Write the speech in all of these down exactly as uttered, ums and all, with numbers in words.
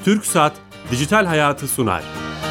TürkSat Dijital Hayatı sunar.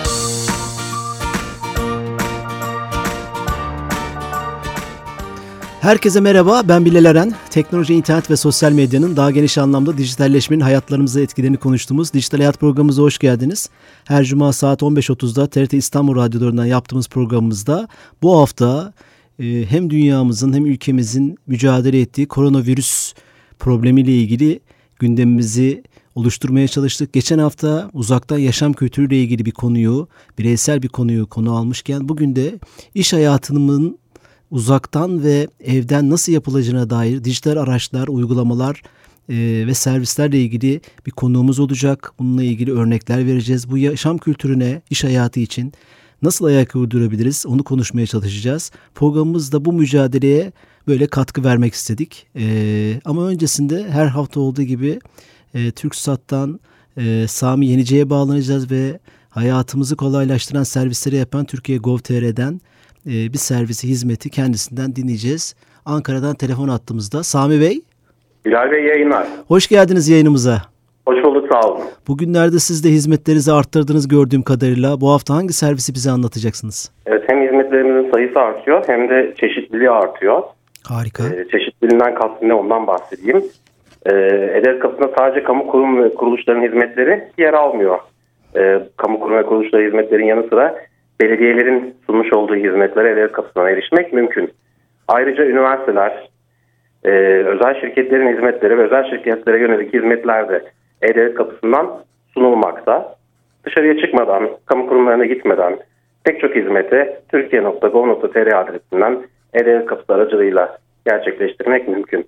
Herkese merhaba, ben Bilal Eren. Teknoloji, internet ve sosyal medyanın daha geniş anlamda dijitalleşmenin hayatlarımıza etkilerini konuştuğumuz Dijital Hayat programımıza hoş geldiniz. Her cuma saat on beş otuzda T R T İstanbul Radyolarından yaptığımız programımızda bu hafta e, hem dünyamızın hem ülkemizin mücadele ettiği koronavirüs problemiyle ilgili gündemimizi oluşturmaya çalıştık. Geçen hafta uzaktan yaşam kültürüyle ilgili bir konuyu, bireysel bir konuyu konu almışken bugün de iş hayatının uzaktan ve evden nasıl yapılacağına dair dijital araçlar, uygulamalar e, ve servislerle ilgili bir konuğumuz olacak. Bununla ilgili örnekler vereceğiz. Bu yaşam kültürüne, iş hayatı için nasıl ayak uydurabiliriz onu konuşmaya çalışacağız. Programımızda bu mücadeleye böyle katkı vermek istedik. E, ama öncesinde her hafta olduğu gibi e, TürkSat'tan e, Sami Yenice'ye bağlanacağız ve hayatımızı kolaylaştıran servisleri yapan Türkiye Gov nokta T R'den bir servisi, hizmeti kendisinden dinleyeceğiz. Ankara'dan telefon attığımızda. Sami Bey. Bilal Bey, yayınlar. Hoş geldiniz yayınımıza. Hoş bulduk, sağ olun. Bugünlerde siz de hizmetlerinizi arttırdınız gördüğüm kadarıyla. Bu hafta hangi servisi bize anlatacaksınız? Evet, hem hizmetlerimizin sayısı artıyor hem de çeşitliliği artıyor. Harika. Ee, çeşitliliğinden kastım ne, ondan bahsedeyim. Ee, E-Devlet kapısında sadece kamu kurum ve kuruluşların hizmetleri yer almıyor. Ee, kamu kurum ve kuruluşları hizmetlerin yanı sıra belediyelerin sunmuş olduğu hizmetlere E-Devlet kapısından erişmek mümkün. Ayrıca üniversiteler, e, özel şirketlerin hizmetleri ve özel şirketlere yönelik hizmetler de E-Devlet kapısından sunulmakta. Dışarıya çıkmadan, kamu kurumlarına gitmeden pek çok hizmeti Türkiye nokta gov nokta T R adresinden E-Devlet kapısı aracılığıyla gerçekleştirmek mümkün.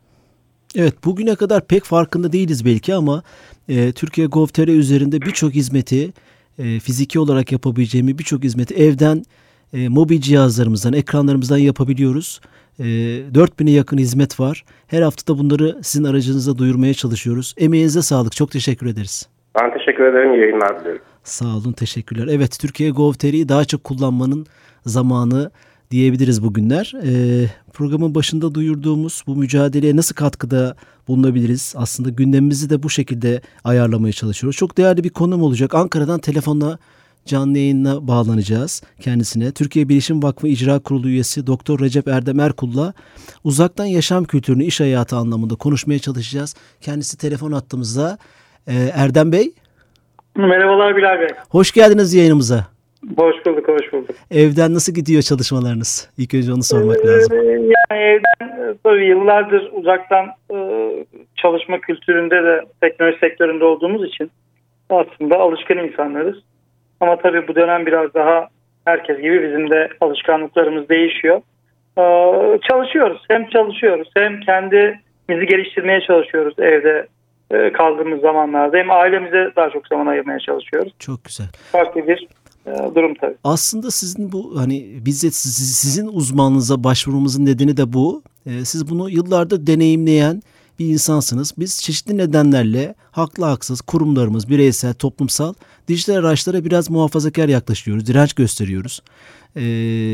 Evet, bugüne kadar pek farkında değiliz belki ama e, Türkiye Gov nokta T R üzerinde birçok hizmeti E, fiziki olarak yapabileceğimi birçok hizmeti evden, e, mobil cihazlarımızdan, ekranlarımızdan yapabiliyoruz. E, dört bine yakın hizmet var. Her hafta da bunları sizin aracınıza duyurmaya çalışıyoruz. Emeğinize sağlık. Çok teşekkür ederiz. Ben teşekkür ederim. İyi yayınlar diliyorum. Sağ olun. Teşekkürler. Evet, Türkiye Gov nokta T R'yi daha çok kullanmanın zamanı diyebiliriz bugünler. E, programın başında duyurduğumuz bu mücadeleye nasıl katkıda bulunabiliriz? Aslında gündemimizi de bu şekilde ayarlamaya çalışıyoruz. Çok değerli bir konum olacak. Ankara'dan telefonla canlı yayınla bağlanacağız kendisine. Türkiye Bilişim Vakfı İcra Kurulu üyesi Doktor Recep Erdem Erkul'la uzaktan yaşam kültürünü iş hayatı anlamında konuşmaya çalışacağız. Kendisi telefon attığımızda. E, Erdem Bey. Merhabalar Bilal Bey. Hoş geldiniz yayınımıza. Hoş bulduk, hoş bulduk. Evden nasıl gidiyor çalışmalarınız? İlk önce onu sormak ee, lazım. Yani evden tabii yıllardır uzaktan e, çalışma kültüründe de teknoloji sektöründe olduğumuz için aslında alışkın insanlarız. Ama tabii bu dönem biraz daha herkes gibi bizim de alışkanlıklarımız değişiyor. E, çalışıyoruz. Hem çalışıyoruz hem kendimizi geliştirmeye çalışıyoruz evde e, kaldığımız zamanlarda. Hem ailemize daha çok zaman ayırmaya çalışıyoruz. Çok güzel. Farklı bir durum tabii. Aslında sizin bu hani bizzat sizin uzmanlığınıza başvurmamızın nedeni de bu. Siz bunu yıllardır deneyimleyen bir insansınız. Biz çeşitli nedenlerle haklı haksız kurumlarımız, bireysel, toplumsal dijital araçlara biraz muhafazakar yaklaşıyoruz. Direnç gösteriyoruz. Ee,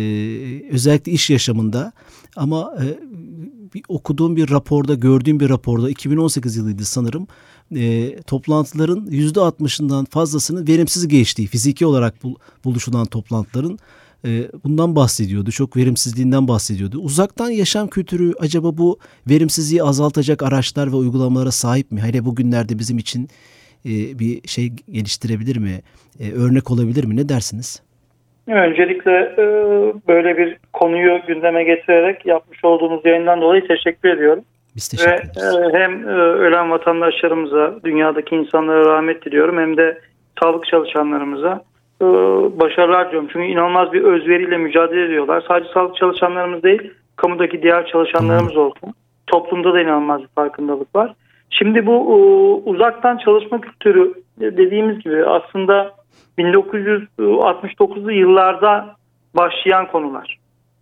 özellikle iş yaşamında. Ama e, bir okuduğum bir raporda, gördüğüm bir raporda iki bin on sekiz yılıydı sanırım. E, toplantıların yüzde altmışından fazlasının verimsiz geçtiği, fiziki olarak buluşulan toplantıların e, bundan bahsediyordu. Çok verimsizliğinden bahsediyordu. Uzaktan yaşam kültürü acaba bu verimsizliği azaltacak araçlar ve uygulamalara sahip mi? Hele bugünlerde bizim için e, bir şey geliştirebilir mi? E, örnek olabilir mi? Ne dersiniz? Öncelikle e, böyle bir konuyu gündeme getirerek yapmış olduğunuz yayından dolayı teşekkür ediyorum. Biz teşekkür Ve ederiz. E, hem e, ölen vatandaşlarımıza, dünyadaki insanlara rahmet diliyorum, hem de sağlık çalışanlarımıza e, başarılar diliyorum. Çünkü inanılmaz bir özveriyle mücadele ediyorlar. Sadece sağlık çalışanlarımız değil, kamudaki diğer çalışanlarımız hmm. olsun. Toplumda da inanılmaz bir farkındalık var. Şimdi bu e, uzaktan çalışma kültürü dediğimiz gibi aslında bin dokuz yüz altmış dokuzlu yıllarda başlayan konular.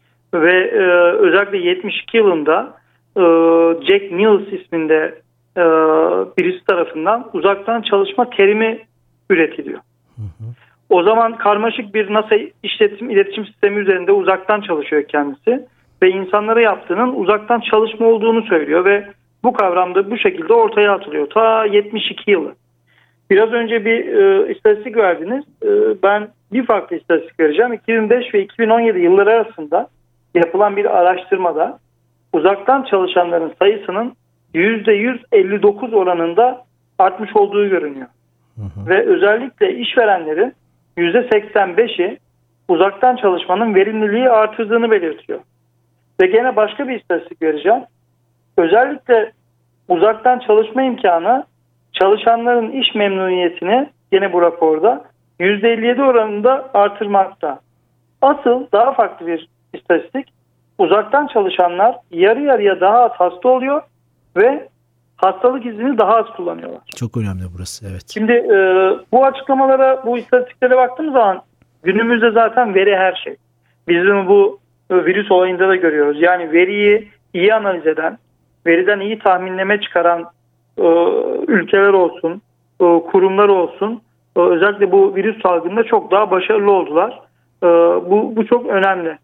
Ve e, özellikle yetmiş iki yılında e, Jack Mills isminde e, birisi tarafından uzaktan çalışma terimi üretiliyor. Hı hı. O zaman karmaşık bir NASA işletim iletişim sistemi üzerinde uzaktan çalışıyor kendisi ve insanlara yaptığının uzaktan çalışma olduğunu söylüyor ve bu kavram da bu şekilde ortaya atılıyor. Ta yetmiş iki yılı. Biraz önce bir e, istatistik verdiniz. E, ben bir farklı istatistik vereceğim. iki bin beş ve iki bin on yedi yılları arasında yapılan bir araştırmada uzaktan çalışanların sayısının yüzde yüz elli dokuz oranında artmış olduğu görünüyor. Hı hı. Ve özellikle işverenlerin yüzde seksen beşi uzaktan çalışmanın verimliliği artırdığını belirtiyor. Ve gene başka bir istatistik vereceğim. Özellikle uzaktan çalışma imkanı çalışanların iş memnuniyetini gene bu raporda yüzde elli yedi oranında artırmakta. Asıl daha farklı bir istatistik, uzaktan çalışanlar yarı yarıya daha az hasta oluyor ve hastalık iznini daha az kullanıyorlar. Çok önemli burası, evet. Şimdi e, bu açıklamalara, bu istatistiklere baktığımız zaman günümüzde zaten veri her şey. Bizim bu e, virüs olayında da görüyoruz. Yani veriyi iyi analiz eden, veriden iyi tahminleme çıkaran e, ülkeler olsun, e, kurumlar olsun, e, özellikle bu virüs salgınında çok daha başarılı oldular. E, bu, bu çok önemli.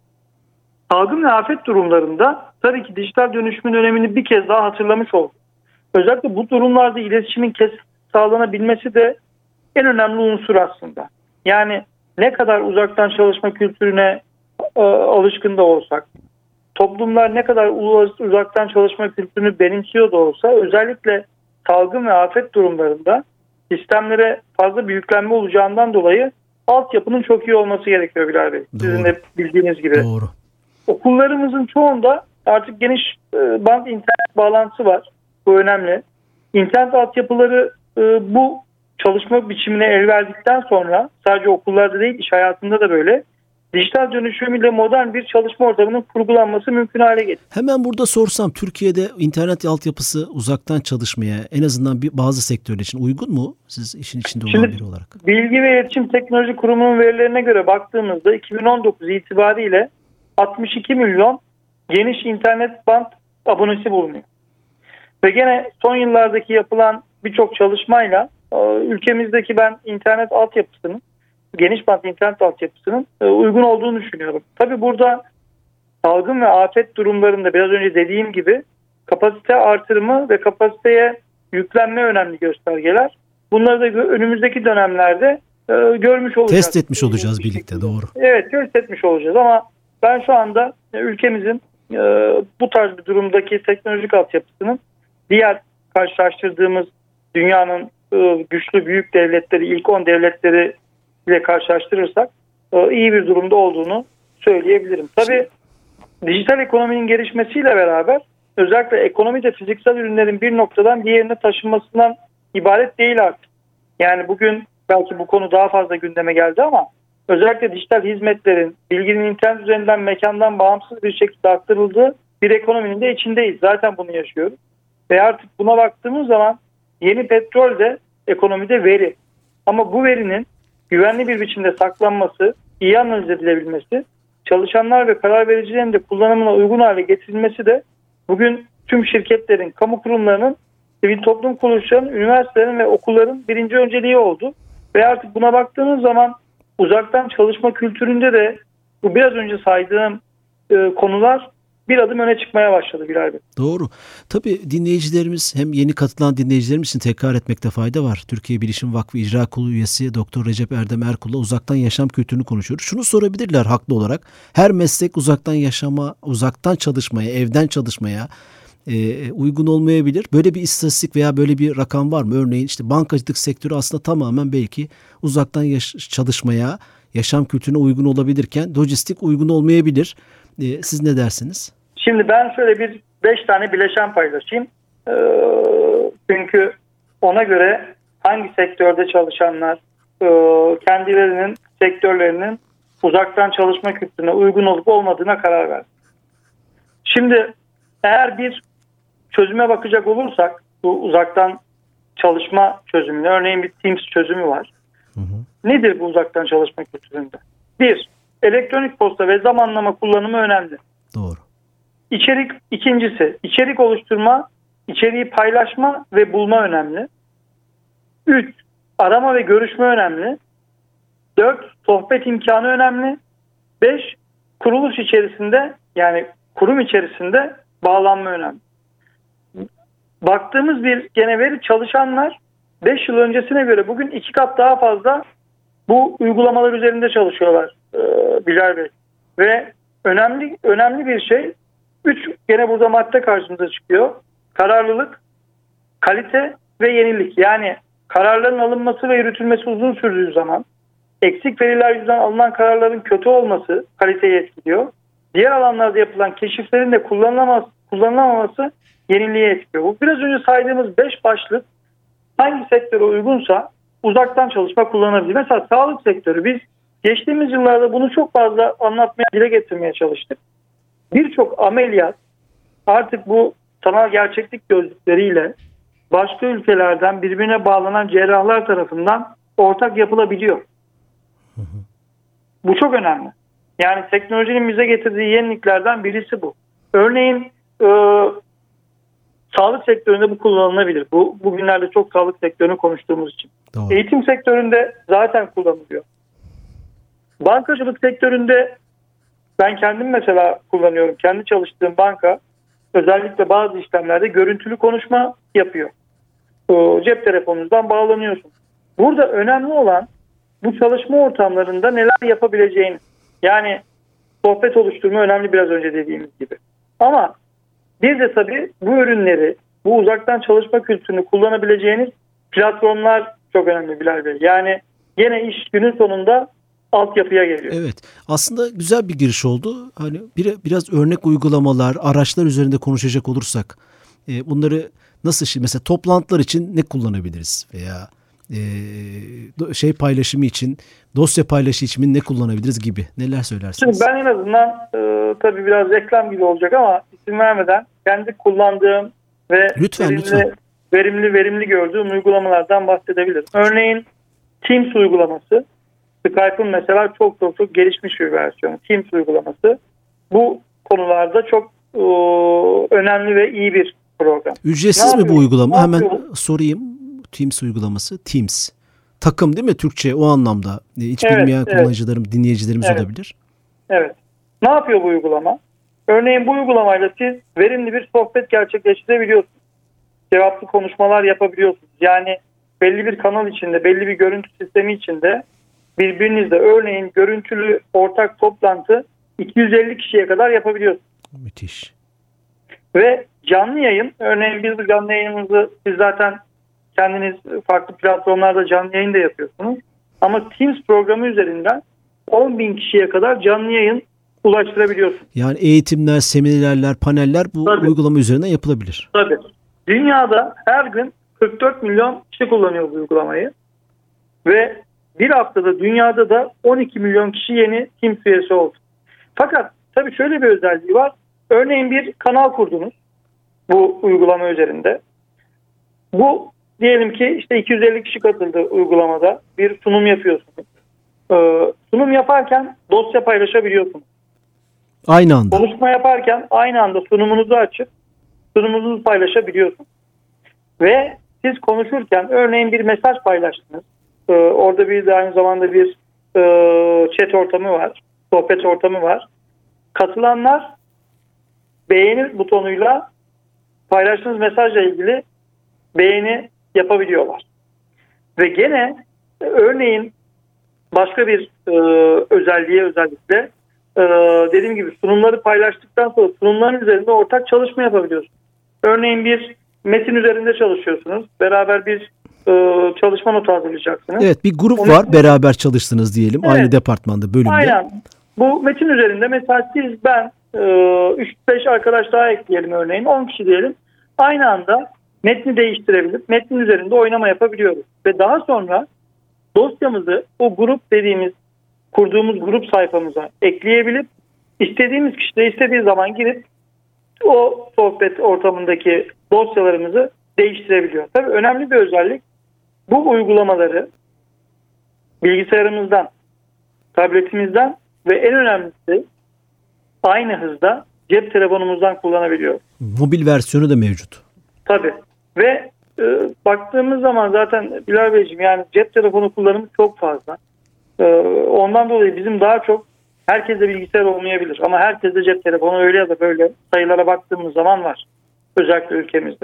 Salgın ve afet durumlarında tabii ki dijital dönüşümün önemini bir kez daha hatırlamış olduk. Özellikle bu durumlarda iletişimin kes sağlanabilmesi de en önemli unsur aslında. Yani ne kadar uzaktan çalışma kültürüne e, alışkın da olsak, toplumlar ne kadar uzaktan çalışma kültürünü benimsiyor da olsa, özellikle salgın ve afet durumlarında sistemlere fazla bir yüklenme olacağından dolayı altyapının çok iyi olması gerekiyor Bilal Bey. Doğru. Sizin de bildiğiniz gibi. Doğru. Okullarımızın çoğunda artık geniş e, band internet bağlantısı var. Bu önemli. İnternet altyapıları e, bu çalışma biçimine el verdikten sonra sadece okullarda değil, iş hayatında da böyle dijital dönüşüm ile modern bir çalışma ortamının kurgulanması mümkün hale getirdi. Hemen burada sorsam, Türkiye'de internet altyapısı uzaktan çalışmaya en azından bir bazı sektörler için uygun mu? Siz işin içinde olan Şimdi, biri olarak. Bilgi ve İletişim Teknoloji Kurumu'nun verilerine göre baktığımızda iki bin on dokuz itibariyle altmış iki milyon geniş internet band abonesi bulunuyor. Ve gene son yıllardaki yapılan birçok çalışmayla ülkemizdeki ben internet altyapısının, geniş band internet altyapısının uygun olduğunu düşünüyorum. Tabii burada salgın ve afet durumlarında biraz önce dediğim gibi kapasite artırımı ve kapasiteye yüklenme önemli göstergeler. Bunları da önümüzdeki dönemlerde görmüş olacağız. Test etmiş olacağız birlikte, doğru. Evet, test etmiş olacağız ama ben şu anda ülkemizin bu tarz bir durumdaki teknolojik altyapısının diğer karşılaştırdığımız dünyanın güçlü büyük devletleri, ilk on devletleri ile karşılaştırırsak iyi bir durumda olduğunu söyleyebilirim. Tabii dijital ekonominin gelişmesiyle beraber özellikle ekonomide fiziksel ürünlerin bir noktadan diğerine taşınmasından ibaret değil artık. Yani bugün belki bu konu daha fazla gündeme geldi ama özellikle dijital hizmetlerin bilginin internet üzerinden mekandan bağımsız bir şekilde aktarıldığı bir ekonominin de içindeyiz. Zaten bunu yaşıyoruz. Ve artık buna baktığımız zaman yeni petrol de ekonomide veri. Ama bu verinin güvenli bir biçimde saklanması, iyi analiz edilebilmesi, çalışanlar ve karar vericilerin de kullanımına uygun hale getirilmesi de bugün tüm şirketlerin, kamu kurumlarının, sivil toplum kuruluşlarının, üniversitelerin ve okulların birinci önceliği oldu. Ve artık buna baktığımız zaman uzaktan çalışma kültüründe de bu biraz önce saydığım e, konular bir adım öne çıkmaya başladı Bilal Bey. Doğru. Tabii dinleyicilerimiz, hem yeni katılan dinleyicilerimiz için tekrar etmekte fayda var. Türkiye Bilişim Vakfı İcra Kurulu üyesi Doktor Recep Erdem Erkul'la uzaktan yaşam kültürünü konuşuyoruz. Şunu sorabilirler haklı olarak. Her meslek uzaktan yaşama, uzaktan çalışmaya, evden çalışmaya e, uygun olmayabilir. Böyle bir istatistik veya böyle bir rakam var mı? Örneğin işte bankacılık sektörü aslında tamamen belki uzaktan yaş- çalışmaya, yaşam kültürüne uygun olabilirken lojistik uygun olmayabilir. E, siz ne dersiniz? Şimdi ben şöyle bir beş tane bileşen paylaşayım. Ee, çünkü ona göre hangi sektörde çalışanlar e, kendilerinin sektörlerinin uzaktan çalışma kültürüne uygun olup olmadığına karar verdi. Şimdi eğer bir çözüme bakacak olursak, bu uzaktan çalışma çözümüne, örneğin bir Teams çözümü var. Hı hı. Nedir bu uzaktan çalışma kültüründe? Bir, elektronik posta ve zamanlama kullanımı önemli. Doğru. İçerik, ikincisi içerik oluşturma, içeriği paylaşma ve bulma önemli. Üç, arama ve görüşme önemli. Dört, sohbet imkanı önemli. Beş, kuruluş içerisinde, yani kurum içerisinde bağlanma önemli. Baktığımız bir gene veri, çalışanlar beş yıl öncesine göre bugün iki kat daha fazla bu uygulamalar üzerinde çalışıyorlar e, Bilal Bey. Ve önemli önemli bir şey, üç gene burada madde karşımıza çıkıyor. Kararlılık, kalite ve yenilik. Yani kararların alınması ve yürütülmesi uzun sürdüğü zaman, eksik veriler yüzünden alınan kararların kötü olması kaliteyi etkiliyor. Diğer alanlarda yapılan keşiflerin de kullanılamaz, kullanılamaması yeniliği etkiliyor. Bu biraz önce saydığımız beş başlık hangi sektöre uygunsa uzaktan çalışma kullanabilir. Mesela sağlık sektörü, biz geçtiğimiz yıllarda bunu çok fazla anlatmaya, dile getirmeye çalıştık. Birçok ameliyat artık bu sanal gerçeklik gözlükleriyle başka ülkelerden birbirine bağlanan cerrahlar tarafından ortak yapılabiliyor. Hı hı. Bu çok önemli. Yani teknolojinin bize getirdiği yeniliklerden birisi bu. Örneğin e, sağlık sektöründe bu kullanılabilir. Bu bugünlerde çok sağlık sektörünü konuştuğumuz için. Doğru. Eğitim sektöründe zaten kullanılıyor. Bankacılık sektöründe ben kendim mesela kullanıyorum. Kendi çalıştığım banka özellikle bazı işlemlerde görüntülü konuşma yapıyor. O, cep telefonunuzdan bağlanıyorsun. Burada önemli olan bu çalışma ortamlarında neler yapabileceğini. Yani sohbet oluşturma önemli, biraz önce dediğimiz gibi. Ama bir de tabii bu ürünleri, bu uzaktan çalışma kültürünü kullanabileceğiniz platformlar çok önemli Bilal Bey. Yani gene iş günün sonunda altyapıya geliyor. Evet. Aslında güzel bir giriş oldu. Hani bir, biraz örnek uygulamalar, araçlar üzerinde konuşacak olursak e, bunları nasıl, şimdi mesela toplantılar için ne kullanabiliriz veya e, şey paylaşımı için, dosya paylaşımı için ne kullanabiliriz gibi, neler söylersiniz? Şimdi ben en azından e, tabii biraz reklam gibi olacak ama isim vermeden kendi kullandığım ve lütfen, verimli, lütfen. verimli verimli gördüğüm uygulamalardan bahsedebilirim. Örneğin Teams uygulaması. Skype'ın mesela çok çok çok gelişmiş bir versiyonu. Teams uygulaması. Bu konularda çok e, önemli ve iyi bir program. Ücretsiz mi bu uygulama? Hemen sorayım. Teams uygulaması. Teams. Takım değil mi Türkçe o anlamda? Hiç evet, bilmeyen evet. kullanıcılarım, dinleyicilerimiz evet. olabilir. Evet. Ne yapıyor bu uygulama? Örneğin bu uygulamayla siz verimli bir sohbet gerçekleştirebiliyorsunuz. Cevaplı konuşmalar yapabiliyorsunuz. Yani belli bir kanal içinde, belli bir görüntü sistemi içinde birbirinizle örneğin görüntülü ortak toplantı iki yüz elli kişiye kadar yapabiliyorsunuz. Müthiş. Ve canlı yayın, örneğin biz bu canlı yayınımızı, siz zaten kendiniz farklı platformlarda canlı yayın da yapıyorsunuz. Ama Teams programı üzerinden on bin kişiye kadar canlı yayın ulaştırabiliyorsunuz. Yani eğitimler, seminerler, paneller bu Tabii. uygulama üzerinden yapılabilir. Tabii. Dünyada her gün kırk dört milyon kişi kullanıyor bu uygulamayı. Ve bir haftada dünyada da on iki milyon kişi yeni Teams üyesi oldu. Fakat tabii şöyle bir özelliği var. Örneğin bir kanal kurdunuz bu uygulama üzerinde. Bu diyelim ki işte iki yüz elli kişi katıldı uygulamada. Bir sunum yapıyorsunuz. Ee, sunum yaparken dosya paylaşabiliyorsunuz. Aynı anda. Konuşma yaparken aynı anda sunumunuzu açıp sunumunuzu paylaşabiliyorsunuz. Ve siz konuşurken örneğin bir mesaj paylaştınız. Ee, orada bir de aynı zamanda bir e, chat ortamı var. Sohbet ortamı var. Katılanlar beğeni butonuyla paylaştığınız mesajla ilgili beğeni yapabiliyorlar. Ve gene e, örneğin başka bir e, özelliğe özellikle e, dediğim gibi sunumları paylaştıktan sonra sunumların üzerinde ortak çalışma yapabiliyorsunuz. Örneğin bir metin üzerinde çalışıyorsunuz. Beraber bir e, çalışma notu hazırlayacaksınız. Evet, bir grup Onu, var, beraber çalıştınız diyelim. Evet, aynı departmanda, bölümde. Aynen. Bu metin üzerinde mesela siz, ben, üç beş arkadaş daha ekleyelim örneğin. on kişi diyelim. Aynı anda metni değiştirebilip metnin üzerinde oynama yapabiliyoruz. Ve daha sonra dosyamızı o grup dediğimiz, kurduğumuz grup sayfamıza ekleyebilip istediğimiz kişi de istediği zaman girip o sohbet ortamındaki dosyalarımızı değiştirebiliyor. Tabii önemli bir özellik, bu uygulamaları bilgisayarımızdan, tabletimizden ve en önemlisi aynı hızda cep telefonumuzdan kullanabiliyor. Mobil versiyonu da mevcut. Tabii. Ve e, baktığımız zaman zaten Bilal Beyciğim, yani cep telefonu kullanımı çok fazla. E, ondan dolayı bizim daha çok, herkeste bilgisayar olmayabilir ama herkeste cep telefonu öyle ya da böyle sayılara baktığımız zaman var. Özellikle ülkemizde.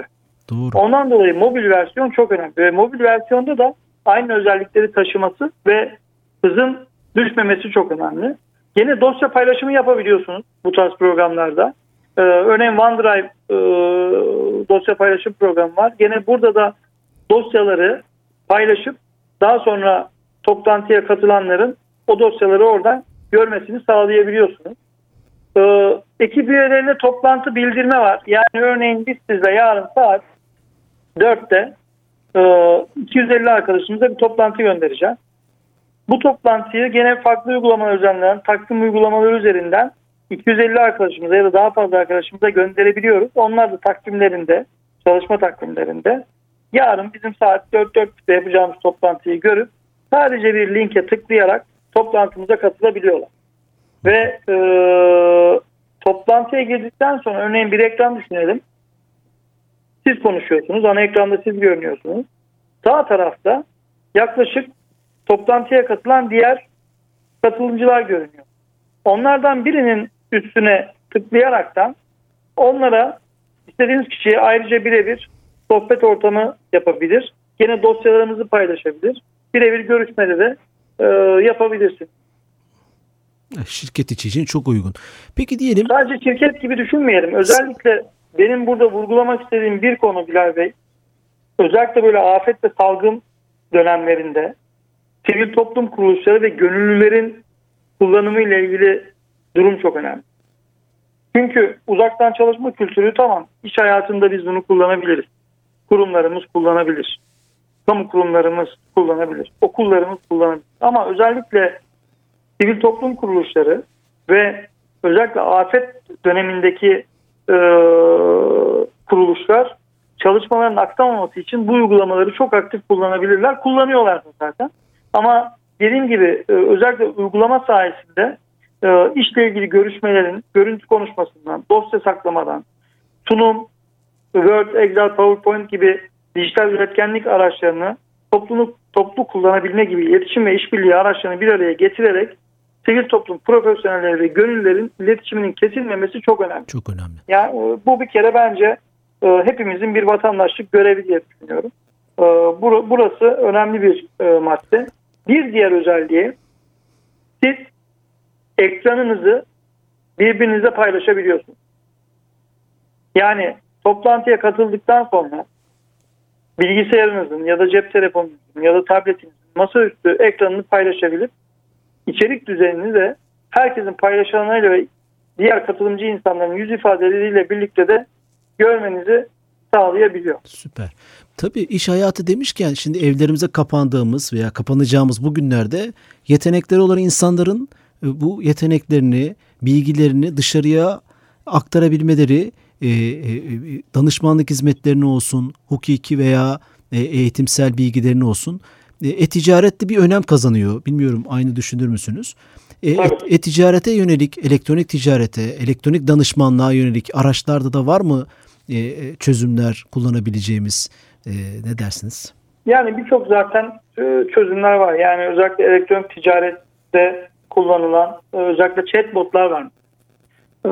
Doğru. Ondan dolayı mobil versiyon çok önemli. Ve mobil versiyonda da aynı özellikleri taşıması ve hızın düşmemesi çok önemli. Yine dosya paylaşımı yapabiliyorsunuz bu tarz programlarda. Ee, örneğin OneDrive e, dosya paylaşım programı var. Gene burada da dosyaları paylaşıp daha sonra toplantıya katılanların o dosyaları oradan görmesini sağlayabiliyorsunuz. Ee, ekip üyelerine toplantı bildirme var. Yani örneğin biz size yarın saat dörtte e, iki yüz elli arkadaşımıza bir toplantı göndereceğiz. Bu toplantıyı gene farklı uygulamalar üzerinden, takvim uygulamaları üzerinden iki yüz elli arkadaşımıza ya da daha fazla arkadaşımıza gönderebiliyoruz. Onlar da takvimlerinde, çalışma takvimlerinde yarın bizim saat dört dörtte yapacağımız toplantıyı görüp sadece bir linke tıklayarak toplantımıza katılabiliyorlar. Ve e, toplantıya girdikten sonra örneğin bir ekran düşünelim. Siz konuşuyorsunuz, ana ekranda siz görünüyorsunuz. Sağ tarafta yaklaşık toplantıya katılan diğer katılımcılar görünüyor. Onlardan birinin üstüne tıklayaraktan onlara istediğiniz kişiye ayrıca birebir sohbet ortamı yapabilir. Gene dosyalarımızı paylaşabilir. Birebir görüşmede de e, yapabilirsin. Şirket içi için çok uygun. Peki diyelim. Sadece şirket gibi düşünmeyelim. Özellikle benim burada vurgulamak istediğim bir konu Bilal Bey. Özellikle böyle afet ve salgın dönemlerinde sivil toplum kuruluşları ve gönüllülerin kullanımı ile ilgili durum çok önemli. Çünkü uzaktan çalışma kültürü tamam. İş hayatında biz bunu kullanabiliriz. Kurumlarımız kullanabilir. Kamu kurumlarımız kullanabilir. Okullarımız kullanabilir. Ama özellikle sivil toplum kuruluşları ve özellikle afet dönemindeki e, kuruluşlar çalışmaların aksamaması için bu uygulamaları çok aktif kullanabilirler. Kullanıyorlar zaten. Ama dediğim gibi e, özellikle uygulama sayesinde e, işle ilgili görüşmelerin görüntü konuşmasından, dosya saklamadan, sunum, Word, Excel, PowerPoint gibi dijital üretkenlik araçlarını topluluk, toplu kullanabilme gibi iletişim ve işbirliği araçlarını bir araya getirerek sivil toplum profesyonelleri ve gönüllülerin iletişiminin kesilmemesi çok önemli. Çok önemli. Yani bu bir kere bence e, hepimizin bir vatandaşlık görevi diye düşünüyorum. E, bur- burası önemli bir e, madde. Bir diğer özelliği siz ekranınızı birbirinize paylaşabiliyorsunuz. Yani toplantıya katıldıktan sonra bilgisayarınızın ya da cep telefonunuzun ya da tabletinizin masaüstü ekranını paylaşabilir. İçerik düzenini de herkesin paylaşanlarıyla ve diğer katılımcı insanların yüz ifadeleriyle birlikte de görmenizi sağlayabiliyor. Süper. Tabii iş hayatı demişken şimdi evlerimize kapandığımız veya kapanacağımız bu günlerde yetenekleri olan insanların bu yeteneklerini, bilgilerini dışarıya aktarabilmeleri, e, e, danışmanlık hizmetlerini olsun, hukuki veya e, eğitimsel bilgilerini olsun, e, e-ticarette bir önem kazanıyor. Bilmiyorum aynı düşünür müsünüz? E, e-ticarete yönelik, elektronik ticarete, elektronik danışmanlığa yönelik araçlarda da var mı e, çözümler kullanabileceğimiz? E, ne dersiniz? Yani birçok zaten çözümler var. Yani özellikle elektronik ticarette kullanılan özellikle chatbotlar var. E,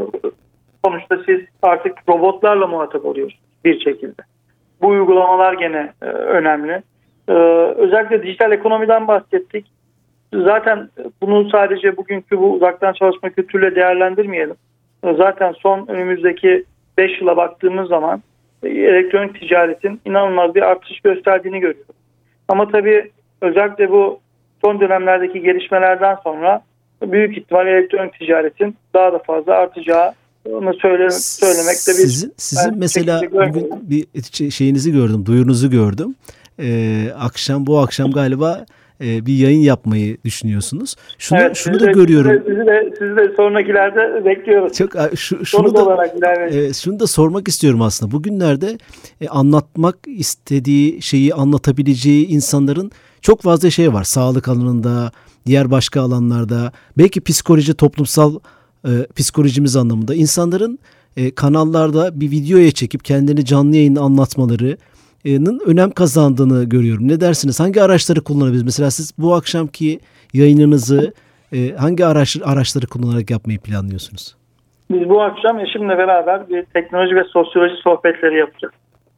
sonuçta siz artık robotlarla muhatap oluyorsunuz bir şekilde. Bu uygulamalar gene e, önemli. E, özellikle dijital ekonomiden bahsettik. Zaten bunu sadece bugünkü bu uzaktan çalışma kültürüyle değerlendirmeyelim. E, zaten son önümüzdeki beş yıla baktığımız zaman e, elektronik ticaretin inanılmaz bir artış gösterdiğini görüyoruz. Ama tabii özellikle bu son dönemlerdeki gelişmelerden sonra büyük ihtimal elektronik ticaretin daha da fazla artacağı onu söyle, söylemekte bir... Sizin, sizin mesela bugün bir şeyinizi gördüm, duyurunuzu gördüm. Ee, akşam bu akşam galiba e, bir yayın yapmayı düşünüyorsunuz. Şunu, evet, şunu da de, görüyorum. Sizi de, sizi de sonrakilerde bekliyoruz. Çok şu, şunu da e, şunu da sormak istiyorum aslında. Bugünlerde e, anlatmak istediği şeyi anlatabileceği insanların çok fazla şey var. Sağlık alanında, diğer başka alanlarda, belki psikoloji, toplumsal e, psikolojimiz anlamında insanların e, kanallarda bir videoya çekip kendini canlı yayında anlatmalarının önem kazandığını görüyorum. Ne dersiniz? Hangi araçları kullanabiliriz? Mesela siz bu akşamki yayınınızı e, hangi araç, araçları kullanarak yapmayı planlıyorsunuz? Biz bu akşam eşimle beraber bir teknoloji ve sosyoloji sohbetleri yapacağız.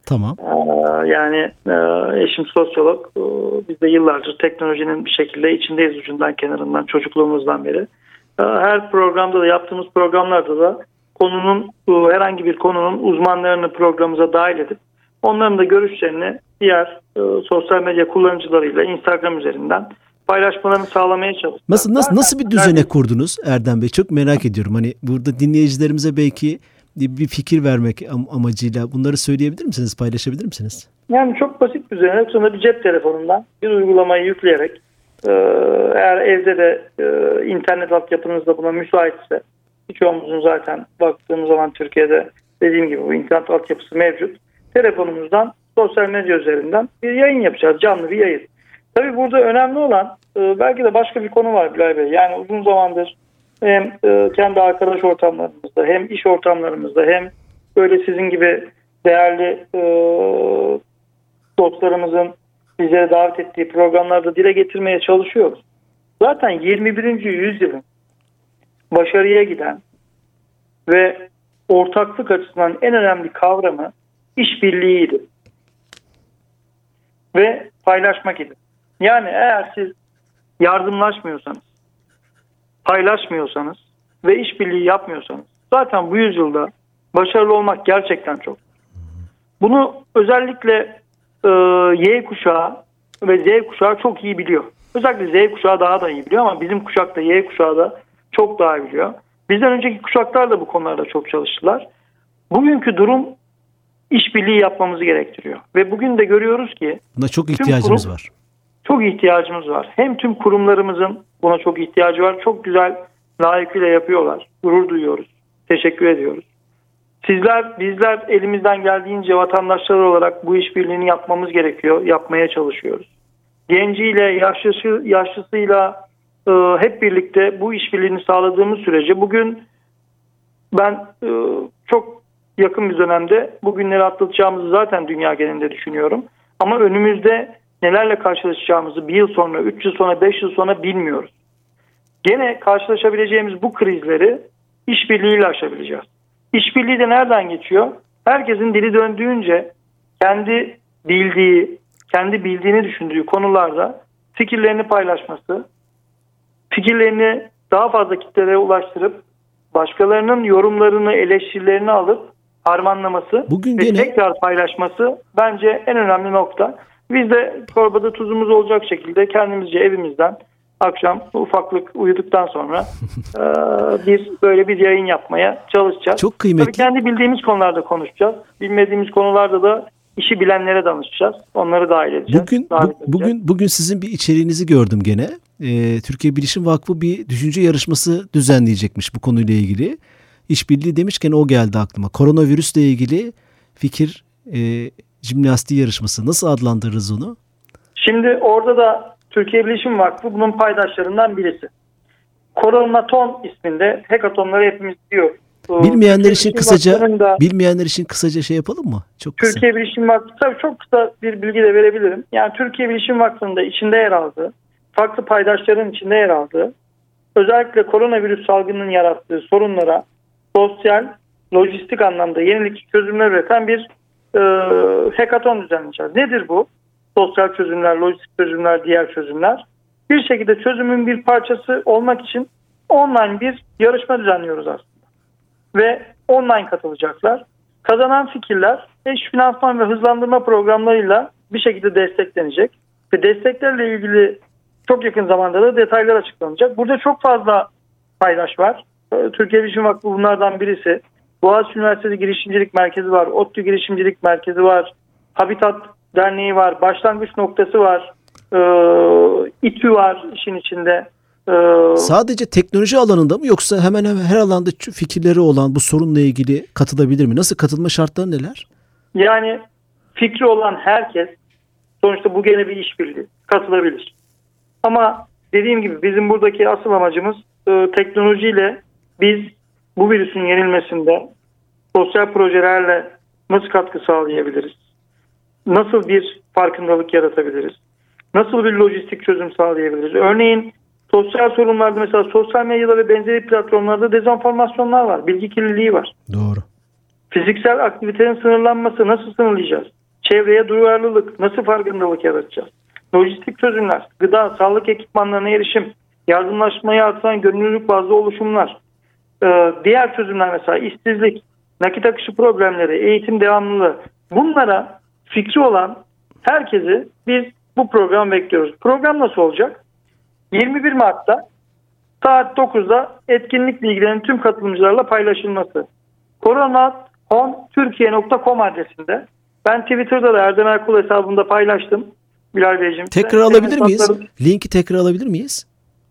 Tamam. Ee, yani e, eşim sosyolog. Ee, biz de yıllardır teknolojinin bir şekilde içindeyiz, ucundan kenarından, çocukluğumuzdan beri. Ee, her programda da, yaptığımız programlarda da konunun, herhangi bir konunun uzmanlarını programımıza dahil edip onların da görüşlerini diğer e, sosyal medya kullanıcılarıyla Instagram üzerinden paylaşmalarını sağlamaya çalışıyoruz. Nasıl nasıl nasıl bir düzene kurdunuz Erdem Bey? Çok merak ediyorum. Hani burada dinleyicilerimize belki bir fikir vermek amacıyla bunları söyleyebilir misiniz? Paylaşabilir misiniz? Yani çok basit bir düzene. Sonra bir cep telefonundan bir uygulamayı yükleyerek, e, eğer evde de e, internet altyapınız da buna müsaitse, birçoğumuzun zaten baktığımız zaman Türkiye'de dediğim gibi bu internet altyapısı mevcut. Telefonumuzdan sosyal medya üzerinden bir yayın yapacağız. Canlı bir yayın. Tabii burada önemli olan e, belki de başka bir konu var Bilal Bey. Yani uzun zamandır hem e, kendi arkadaş ortamlarımızda, hem iş ortamlarımızda, hem böyle sizin gibi değerli e, dostlarımızın bizlere davet ettiği programlarda dile getirmeye çalışıyoruz. Zaten yirmi birinci yüzyılın başarıya giden ve ortaklık açısından en önemli kavramı işbirliğiydi ve paylaşmak idi. Yani eğer siz yardımlaşmıyorsanız, paylaşmıyorsanız ve işbirliği yapmıyorsanız zaten bu yüzyılda başarılı olmak gerçekten çok. Bunu özellikle e, Y kuşağı ve Z kuşağı çok iyi biliyor. Özellikle Z kuşağı daha da iyi biliyor ama bizim kuşak da Y kuşağı da çok daha iyi biliyor. Bizden önceki kuşaklar da bu konularda çok çalıştılar. Bugünkü durum işbirliği yapmamızı gerektiriyor. Ve bugün de görüyoruz ki buna çok ihtiyacımız kurum, var. Çok ihtiyacımız var. Hem tüm kurumlarımızın buna çok ihtiyacı var. Çok güzel, layıkıyla yapıyorlar. Gurur duyuyoruz. Teşekkür ediyoruz. Sizler, bizler elimizden geldiğince vatandaşlar olarak bu işbirliğini yapmamız gerekiyor. Yapmaya çalışıyoruz. Genciyle, yaşlısı, yaşlısıyla e, hep birlikte bu işbirliğini sağladığımız sürece bugün ben e, çok yakın bir dönemde bugünleri atlatacağımızı zaten dünya genelinde düşünüyorum. Ama önümüzde nelerle karşılaşacağımızı bir yıl sonra, üç yıl sonra, beş yıl sonra bilmiyoruz. Gene karşılaşabileceğimiz bu krizleri işbirliğiyle aşabileceğiz. İşbirliği de nereden geçiyor? Herkesin dili döndüğünce kendi bildiği, kendi bildiğini düşündüğü konularda fikirlerini paylaşması, fikirlerini daha fazla kitlelere ulaştırıp başkalarının yorumlarını, eleştirilerini alıp harmanlaması Bugün ve gene... tekrar paylaşması bence en önemli nokta. Biz de torbada tuzumuz olacak şekilde kendimizce evimizden akşam ufaklık uyuduktan sonra e, bir böyle bir yayın yapmaya çalışacağız. Çok kıymetli. Tabii kendi bildiğimiz konularda konuşacağız. Bilmediğimiz konularda da işi bilenlere danışacağız. Onları dahil edeceğiz. Bugün bu, bugün bugün sizin bir içeriğinizi gördüm gene. Ee, Türkiye Bilişim Vakfı bir düşünce yarışması düzenleyecekmiş bu konuyla ilgili. İşbirliği demişken o geldi aklıma. Koronavirüsle ilgili fikir e, jimnastiği yarışması. Nasıl adlandırırız onu? Şimdi orada da Türkiye Bilişim Vakfı bunun paydaşlarından birisi. Koronaton isminde hackathonları hepimiz biliyoruz. Bilmeyenler için kısaca bilmeyenler için kısaca şey yapalım mı? Çok kısa. Türkiye Bilişim Vakfı, tabii çok kısa bir bilgi de verebilirim. Yani Türkiye Bilişim Vakfı'nın da içinde yer aldığı, farklı paydaşların içinde yer aldığı, özellikle koronavirüs salgınının yarattığı sorunlara sosyal, lojistik anlamda yenilikçi çözümler üreten bir e, hackathon düzenleyeceğiz. Nedir bu? Sosyal çözümler, lojistik çözümler, diğer çözümler. Bir şekilde çözümün bir parçası olmak için online bir yarışma düzenliyoruz aslında. Ve online katılacaklar. Kazanan fikirler eş finansman ve hızlandırma programlarıyla bir şekilde desteklenecek. Ve desteklerle ilgili çok yakın zamanda da detaylar açıklanacak. Burada çok fazla paydaş var. Türkiye Bilişim Vakfı bunlardan birisi. Boğaziçi Üniversitesi Girişimcilik Merkezi var. ODTÜ Girişimcilik Merkezi var. Habitat Derneği var. Başlangıç Noktası var. Ee, İTÜ var işin içinde. Ee, Sadece teknoloji alanında mı yoksa hemen hemen her alanda fikirleri olan bu sorunla ilgili katılabilir mi? Nasıl, katılma şartları neler? Yani fikri olan herkes, sonuçta bu gene bir işbirliği, katılabilir. Ama dediğim gibi bizim buradaki asıl amacımız e, teknolojiyle biz bu virüsün yenilmesinde sosyal projelerle nasıl katkı sağlayabiliriz? Nasıl bir farkındalık yaratabiliriz? Nasıl bir lojistik çözüm sağlayabiliriz? Örneğin sosyal sorunlarda, mesela sosyal medyada ve benzeri platformlarda dezenformasyonlar var. Bilgi kirliliği var. Doğru. Fiziksel aktivitenin sınırlanması, nasıl sınırlayacağız? çevreye duyarlılık, nasıl farkındalık yaratacağız? Lojistik çözümler, gıda, sağlık ekipmanlarına erişim, yardımlaşmayı artıran gönüllülük bazlı oluşumlar, ee, diğer çözümler mesela işsizlik, nakit akışı problemleri, eğitim devamlılığı, bunlara fikri olan herkesi biz bu program bekliyoruz. Program nasıl olacak? yirmi bir Mart'ta saat dokuzda etkinlik bilgilerinin tüm katılımcılarla paylaşılması. koronahon türkiye nokta com adresinde. Ben Twitter'da da Erdem Erkul hesabımda paylaştım. Bilal Beyciğim. Tekrar alabilir miyiz? Linki tekrar alabilir miyiz?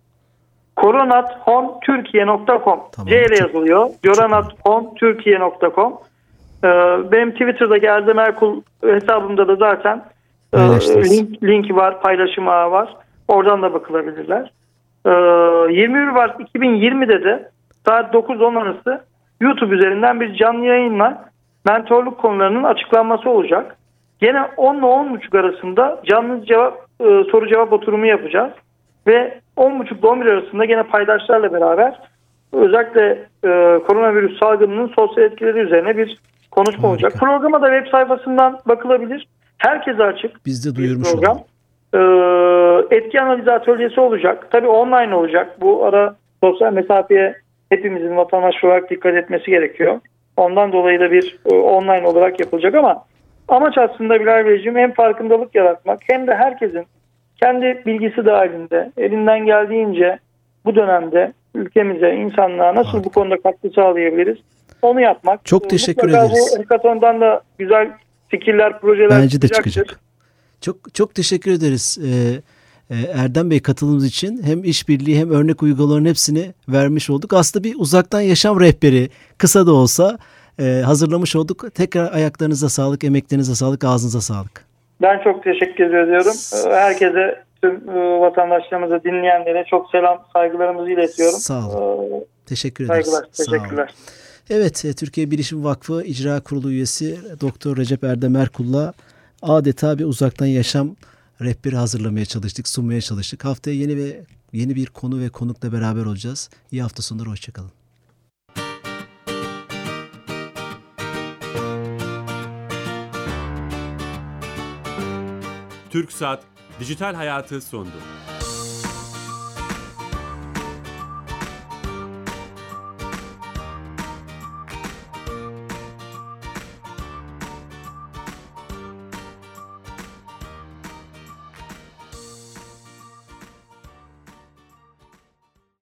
koronahon türkiye nokta com Tamam, C ile çok- yazılıyor. koronahon türkiye nokta com Ee, benim Twitter'daki Erdem Erkul hesabımda da zaten e, Paylaştınız. link, linki var, paylaşım ağı var. Oradan da bakılabilirler. Ee, yirmi bir Mart iki bin yirmide de saat dokuz on arası YouTube üzerinden bir canlı yayınla mentorluk konularının açıklanması olacak. Gene on ile on buçuk arasında canlı cevap e, soru cevap oturumu yapacağız. Ve on buçuk ile on bir arasında gene paydaşlarla beraber özellikle e, koronavirüs salgınının sosyal etkileri üzerine bir konuşma olacak. Programa da web sayfasından bakılabilir. Herkese açık. Biz de bir duyurmuş program. olalım. Ee, etki analizi atölyesi olacak. Tabii online olacak. Bu ara sosyal mesafeye hepimizin vatandaş olarak dikkat etmesi gerekiyor. Ondan dolayı da bir e, online olarak yapılacak ama amaç aslında Bilal Beyciğim hem farkındalık yaratmak hem de herkesin kendi bilgisi dahilinde elinden geldiğince bu dönemde ülkemize, insanlığa nasıl Harika. bu konuda katkı sağlayabiliriz onu yapmak. Çok Ee, teşekkür mutlaka ederiz. Bu hackathon'dan da güzel fikirler, projeler Bence de çıkacaktır. çıkacak. Çok çok teşekkür ederiz ee, e, Erdem Bey katılımınız için. Hem işbirliği hem örnek uygulamaların hepsini vermiş olduk. Aslında bir uzaktan yaşam rehberi kısa da olsa e, hazırlamış olduk. Tekrar ayaklarınıza sağlık, emeklerinize sağlık, ağzınıza sağlık. Ben çok teşekkür ediyorum. Ee, Herkese, tüm e, vatandaşlarımıza, dinleyenlere çok selam, saygılarımızı iletiyorum. Sağ olun. Ee, Teşekkür ederiz. Saygılar, Sağ olun. teşekkürler. Evet, e, Türkiye Bilişim Vakfı İcra Kurulu üyesi Doktor Recep Erdem Erkul'la adeta bir uzaktan yaşam rehberi hazırlamaya çalıştık, sunmaya çalıştık. Haftaya yeni ve yeni bir konu ve konukla beraber olacağız. İyi hafta sonları, hoşçakalın. TürkSat Dijital Hayatı sundu.